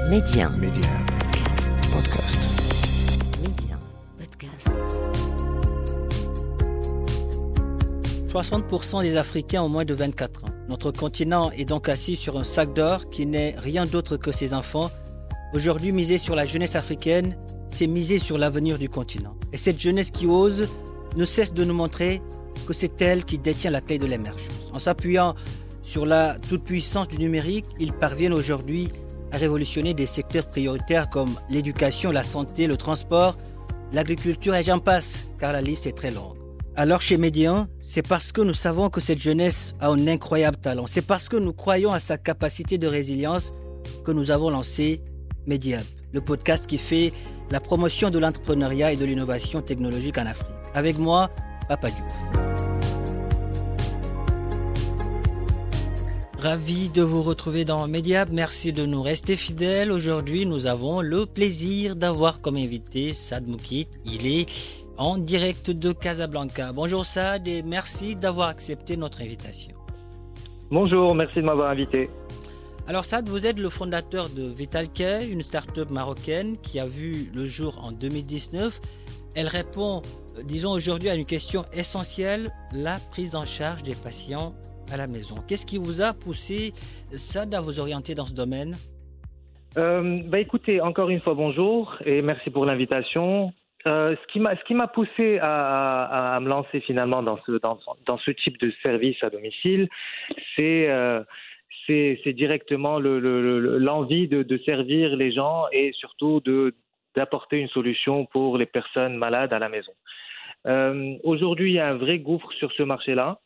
Média. Podcast. Média. Podcast. 60% des Africains ont moins de 24 ans. Notre continent est donc assis sur un sac d'or qui n'est rien d'autre que ses enfants. Aujourd'hui, miser sur la jeunesse africaine, c'est miser sur l'avenir du continent. Et cette jeunesse qui ose ne cesse de nous montrer que c'est elle qui détient la clé de l'émergence. En s'appuyant sur la toute-puissance du numérique, ils parviennent aujourd'hui à révolutionner des secteurs prioritaires comme l'éducation, la santé, le transport, l'agriculture et j'en passe, car la liste est très longue. Alors chez Média, c'est parce que nous savons que cette jeunesse a un incroyable talent, c'est parce que nous croyons à sa capacité de résilience que nous avons lancé Média, le podcast qui fait la promotion de l'entrepreneuriat et de l'innovation technologique en Afrique. Avec moi, Papa Diouf. Ravi de vous retrouver dans Média. Merci de nous rester fidèles. Aujourd'hui, nous avons le plaisir d'avoir comme invité Saad Moukit. Il est en direct de Casablanca. Bonjour Saad et merci d'avoir accepté notre invitation. Bonjour, merci de m'avoir invité. Alors Saad, vous êtes le fondateur de Vitalcare, une start-up marocaine qui a vu le jour en 2019. Elle répond, disons aujourd'hui, à une question essentielle, la prise en charge des patients à la maison. Qu'est-ce qui vous a poussé, Saad, à vous orienter dans ce domaine ? Écoutez, encore une fois, bonjour et merci pour l'invitation. Ce qui m'a poussé à me lancer finalement dans ce type de service à domicile, c'est directement l'envie de servir les gens et surtout d'apporter une solution pour les personnes malades à la maison. Aujourd'hui, il y a un vrai gouffre sur ce marché-là.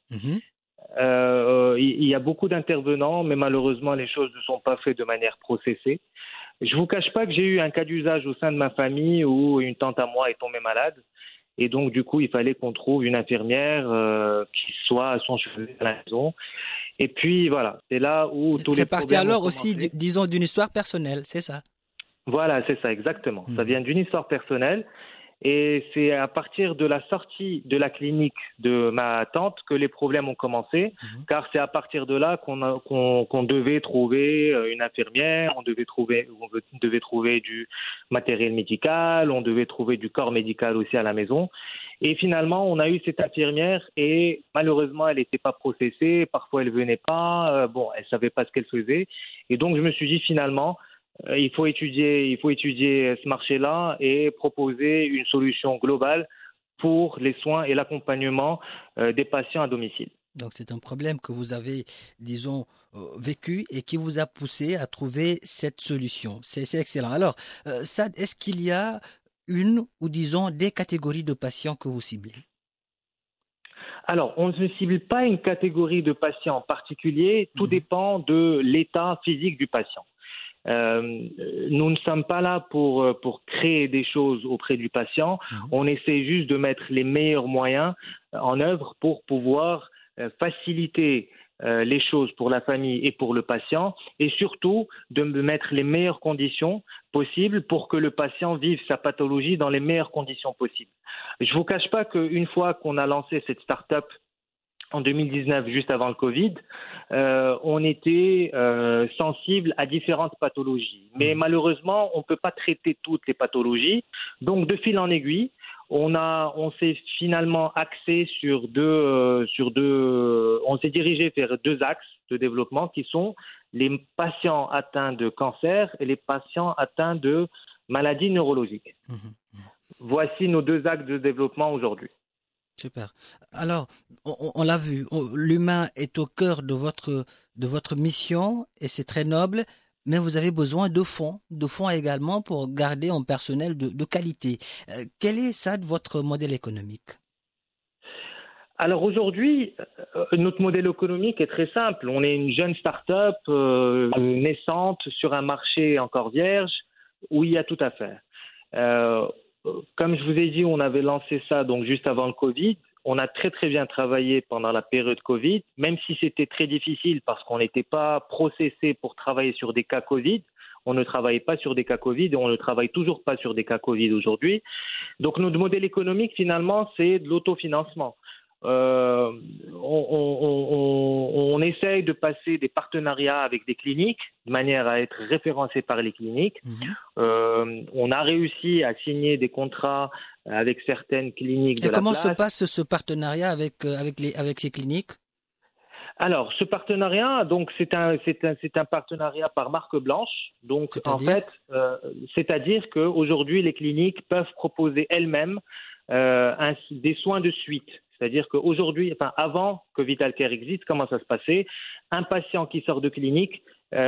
Il y a beaucoup d'intervenants, mais malheureusement, les choses ne sont pas faites de manière processée. Je ne vous cache pas que j'ai eu un cas d'usage au sein de ma famille où une tante à moi est tombée malade. Et donc, du coup, il fallait qu'on trouve une infirmière qui soit à son chevet à la maison. Et puis, voilà, c'est là où tous les problèmes. C'est parti alors aussi, disons, d'une histoire personnelle, c'est ça ? Voilà, c'est ça, exactement. Ça vient d'une histoire personnelle. Et c'est à partir de la sortie de la clinique de ma tante que les problèmes ont commencé, car c'est à partir de là qu'on devait trouver une infirmière, on devait trouver du matériel médical, on devait trouver du corps médical aussi à la maison. Et finalement, on a eu cette infirmière et malheureusement, elle n'était pas processée, parfois elle venait pas, elle savait pas ce qu'elle faisait. Et donc, je me suis dit finalement, il faut étudier ce marché-là et proposer une solution globale pour les soins et l'accompagnement des patients à domicile. Donc c'est un problème que vous avez, disons, vécu et qui vous a poussé à trouver cette solution. C'est excellent. Alors, Saad, est-ce qu'il y a une ou disons des catégories de patients que vous ciblez ? Alors, on ne cible pas une catégorie de patients en particulier. Tout dépend de l'état physique du patient. Nous ne sommes pas là pour créer des choses auprès du patient. On essaie juste de mettre les meilleurs moyens en œuvre pour pouvoir faciliter les choses pour la famille et pour le patient et surtout de mettre les meilleures conditions possibles pour que le patient vive sa pathologie dans les meilleures conditions possibles. Je ne vous cache pas qu'une fois qu'on a lancé cette start-up en 2019, juste avant le Covid, on était sensible à différentes pathologies. Mais malheureusement, on ne peut pas traiter toutes les pathologies. Donc, de fil en aiguille, on s'est finalement axé on s'est dirigé vers deux axes de développement qui sont les patients atteints de cancer et les patients atteints de maladies neurologiques. Voici nos deux axes de développement aujourd'hui. Super. Alors, on l'a vu, l'humain est au cœur de votre mission et c'est très noble, mais vous avez besoin de fonds également pour garder un personnel de qualité. Quel est ça de votre modèle économique ? Alors aujourd'hui, notre modèle économique est très simple. On est une jeune start-up naissante sur un marché encore vierge où il y a tout à faire. Comme je vous ai dit, on avait lancé ça donc juste avant le Covid. On a très très bien travaillé pendant la période Covid, même si c'était très difficile parce qu'on n'était pas processé pour travailler sur des cas Covid. On ne travaillait pas sur des cas Covid et on ne travaille toujours pas sur des cas Covid aujourd'hui. Donc notre modèle économique finalement, c'est de l'autofinancement. on essaye de passer des partenariats avec des cliniques de manière à être référencé par les cliniques. On a réussi à signer des contrats avec certaines cliniques de la place. Et comment se passe ce partenariat avec ces cliniques? Alors, ce partenariat, donc c'est un partenariat par marque blanche. Donc, c'est-à-dire qu'aujourd'hui, les cliniques peuvent proposer elles-mêmes des soins de suite. C'est-à-dire qu'aujourd'hui, avant que VitalCare existe, comment ça se passait? Un patient qui sort de clinique,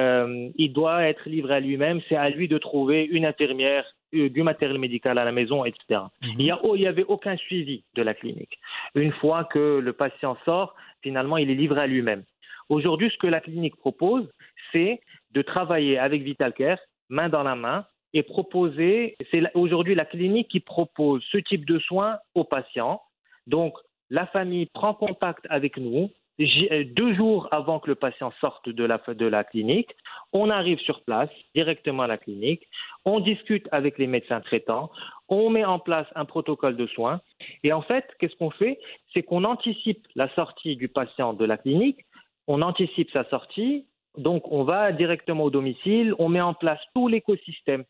il doit être livré à lui-même. C'est à lui de trouver une infirmière, du matériel médical à la maison, etc. Il y avait aucun suivi de la clinique. Une fois que le patient sort, finalement, il est livré à lui-même. Aujourd'hui, ce que la clinique propose, c'est de travailler avec VitalCare, main dans la main, et proposer. C'est aujourd'hui la clinique qui propose ce type de soins aux patients. Donc, la famille prend contact avec nous 2 jours avant que le patient sorte de la clinique. On arrive sur place, directement à la clinique. On discute avec les médecins traitants. On met en place un protocole de soins. Et en fait, qu'est-ce qu'on fait? C'est qu'on anticipe la sortie du patient de la clinique. On anticipe sa sortie. Donc, on va directement au domicile. On met en place tout l'écosystème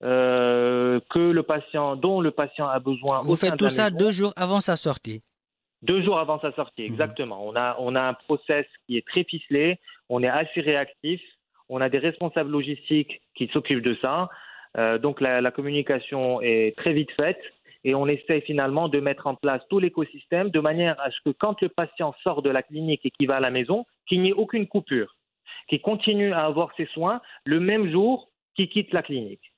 dont le patient a besoin. Vous faites tout ça 2 jours avant sa sortie? 2 jours avant sa sortie, exactement. On a un process qui est très ficelé, on est assez réactif, on a des responsables logistiques qui s'occupent de ça. Donc la communication est très vite faite et on essaie finalement de mettre en place tout l'écosystème de manière à ce que quand le patient sort de la clinique et qu'il va à la maison, qu'il n'y ait aucune coupure, qu'il continue à avoir ses soins le même jour qu'il quitte la clinique.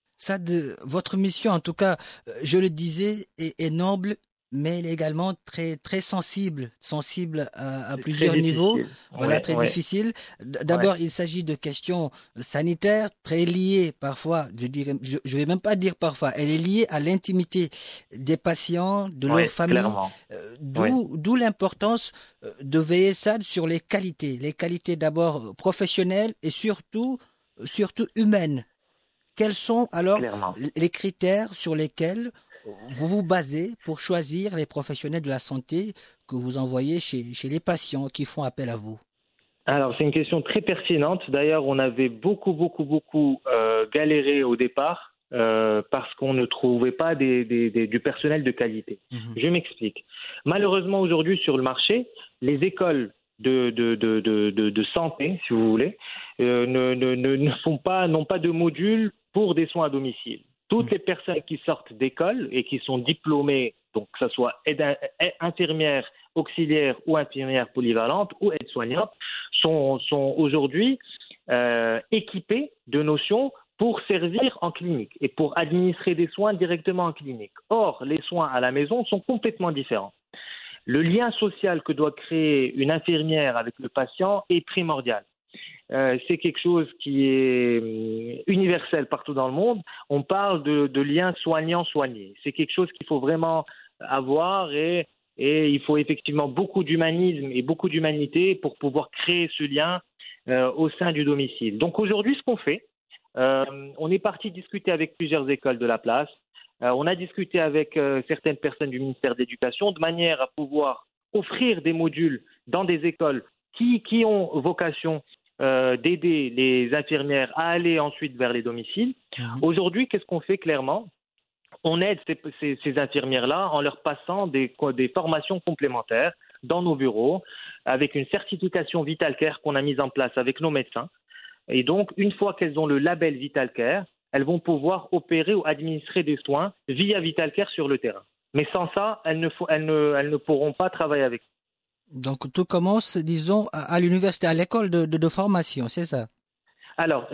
Votre mission, en tout cas, je le disais, est noble, mais elle est également très, très sensible à plusieurs niveaux. Voilà, très difficile. D'abord, il s'agit de questions sanitaires très liées parfois, je vais même pas dire parfois, elle est liée à l'intimité des patients, de leur famille. D'où l'importance de veiller ça sur les qualités d'abord professionnelles et surtout humaines. Quels sont alors les critères sur lesquels vous vous basez pour choisir les professionnels de la santé que vous envoyez chez les patients qui font appel à vous? Alors, c'est une question très pertinente. D'ailleurs, on avait beaucoup galéré au départ parce qu'on ne trouvait pas du personnel de qualité. Je m'explique. Malheureusement, aujourd'hui, sur le marché, les écoles de santé, si vous voulez, n'ont pas de module pour des soins à domicile. Toutes les personnes qui sortent d'école et qui sont diplômées, donc que ce soit infirmières, auxiliaires ou infirmières polyvalentes ou aides-soignantes, sont aujourd'hui équipées de notions pour servir en clinique et pour administrer des soins directement en clinique. Or, les soins à la maison sont complètement différents. Le lien social que doit créer une infirmière avec le patient est primordial. C'est quelque chose qui est universel partout dans le monde. On parle de lien soignant-soigné. C'est quelque chose qu'il faut vraiment avoir et il faut effectivement beaucoup d'humanisme et beaucoup d'humanité pour pouvoir créer ce lien au sein du domicile. Donc aujourd'hui, ce qu'on fait, on est parti discuter avec plusieurs écoles de la place. On a discuté avec certaines personnes du ministère de l'Éducation de manière à pouvoir offrir des modules dans des écoles qui ont vocation d'aider les infirmières à aller ensuite vers les domiciles. Aujourd'hui, qu'est-ce qu'on fait clairement? On aide ces infirmières-là en leur passant des formations complémentaires dans nos bureaux avec une certification VitalCare qu'on a mise en place avec nos médecins. Et donc, une fois qu'elles ont le label VitalCare, elles vont pouvoir opérer ou administrer des soins via VitalCare sur le terrain. Mais sans ça, elles ne pourront pas travailler avec nous. Donc, tout commence, disons, à l'université, à l'école de formation, c'est ça? Alors,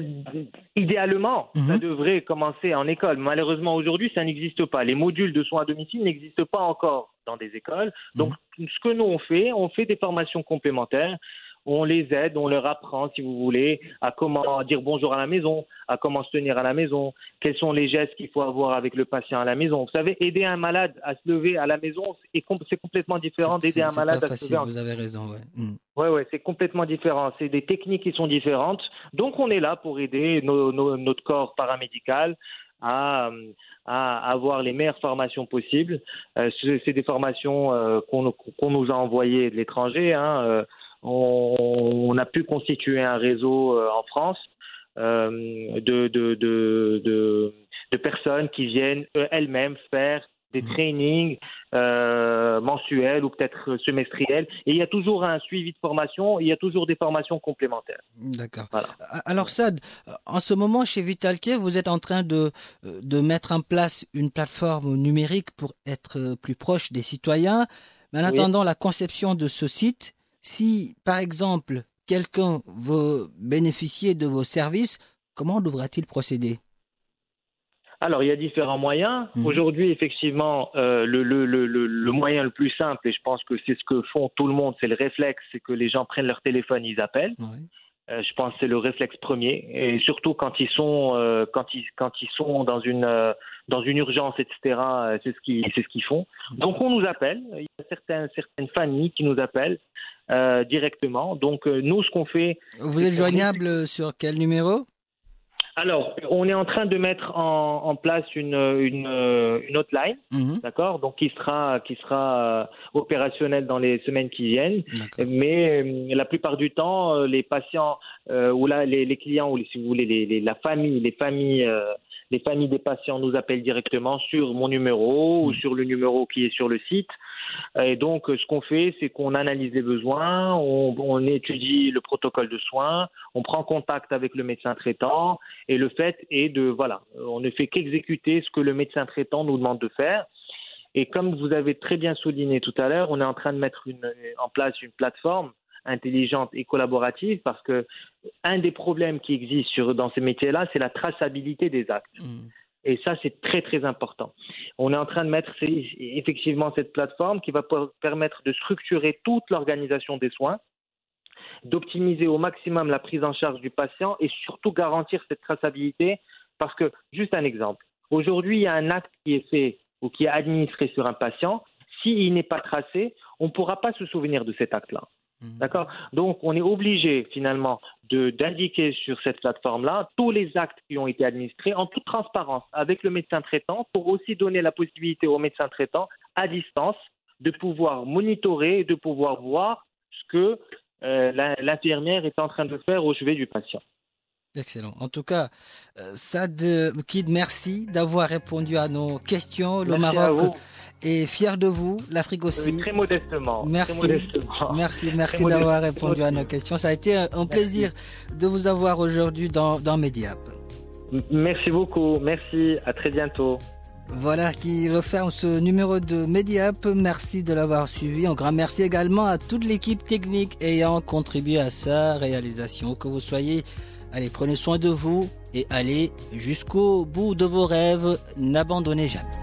idéalement, ça devrait commencer en école. Malheureusement, aujourd'hui, ça n'existe pas. Les modules de soins à domicile n'existent pas encore dans des écoles. Donc, ce que nous, on fait des formations complémentaires. On les aide, on leur apprend, si vous voulez, à comment dire bonjour à la maison, à comment se tenir à la maison, quels sont les gestes qu'il faut avoir avec le patient à la maison. Vous savez, aider un malade à se lever à la maison, c'est complètement différent d'aider un malade à se lever. Vous avez raison, Ouais, c'est complètement différent. C'est des techniques qui sont différentes. Donc, on est là pour aider notre corps paramédical à avoir les meilleures formations possibles. C'est des formations qu'on nous a envoyées de l'étranger. On a pu constituer un réseau en France de personnes qui viennent elles-mêmes faire des trainings mensuels ou peut-être semestriels. Et il y a toujours un suivi de formation, il y a toujours des formations complémentaires. D'accord. Voilà. Alors Saad, en ce moment chez Vitalcare, vous êtes en train de mettre en place une plateforme numérique pour être plus proche des citoyens. Mais en attendant la conception de ce site, si par exemple quelqu'un veut bénéficier de vos services, comment devra-t-il procéder ? Alors, il y a différents moyens. Aujourd'hui, effectivement, le moyen le plus simple, et je pense que c'est ce que font tout le monde, c'est le réflexe, c'est que les gens prennent leur téléphone, ils appellent. Oui. Je pense que c'est le réflexe premier, et surtout quand ils sont dans une urgence, etc. C'est ce qu'ils font. Donc, on nous appelle. Il y a certaines familles qui nous appellent directement. Donc, nous, ce qu'on fait. Vous êtes joignable sur quel numéro ? Alors, on est en train de mettre en place une hotline, d'accord, donc qui sera opérationnelle dans les semaines qui viennent. D'accord. Mais la plupart du temps, les patients ou là les clients ou si vous voulez les familles des patients nous appellent directement sur mon numéro ou sur le numéro qui est sur le site. Et donc, ce qu'on fait, c'est qu'on analyse les besoins, on étudie le protocole de soins, on prend contact avec le médecin traitant, et le fait est on ne fait qu'exécuter ce que le médecin traitant nous demande de faire. Et comme vous avez très bien souligné tout à l'heure, on est en train de mettre en place une plateforme intelligente et collaborative, parce que un des problèmes qui existent dans ces métiers-là, c'est la traçabilité des actes. Et ça, c'est très, très important. On est en train de mettre effectivement cette plateforme qui va permettre de structurer toute l'organisation des soins, d'optimiser au maximum la prise en charge du patient et surtout garantir cette traçabilité. Parce que, juste un exemple, aujourd'hui, il y a un acte qui est fait ou qui est administré sur un patient. S'il n'est pas tracé, on ne pourra pas se souvenir de cet acte-là. D'accord ? Donc, on est obligé finalement d'indiquer sur cette plateforme-là tous les actes qui ont été administrés en toute transparence avec le médecin traitant, pour aussi donner la possibilité au médecin traitant à distance de pouvoir monitorer, de pouvoir voir ce que l'infirmière est en train de faire au chevet du patient. Excellent. En tout cas, Saad Kid, merci d'avoir répondu à nos questions. Le Maroc est fier de vous, l'Afrique aussi. Oui, très modestement. Merci. Très modestement. Merci d'avoir répondu à nos questions. Ça a été un plaisir de vous avoir aujourd'hui dans Mediap. Merci beaucoup. Merci. À très bientôt. Voilà qui referme ce numéro de Mediap. Merci de l'avoir suivi. Un grand merci également à toute l'équipe technique ayant contribué à sa réalisation. Que vous soyez... Allez, prenez soin de vous et allez jusqu'au bout de vos rêves. N'abandonnez jamais.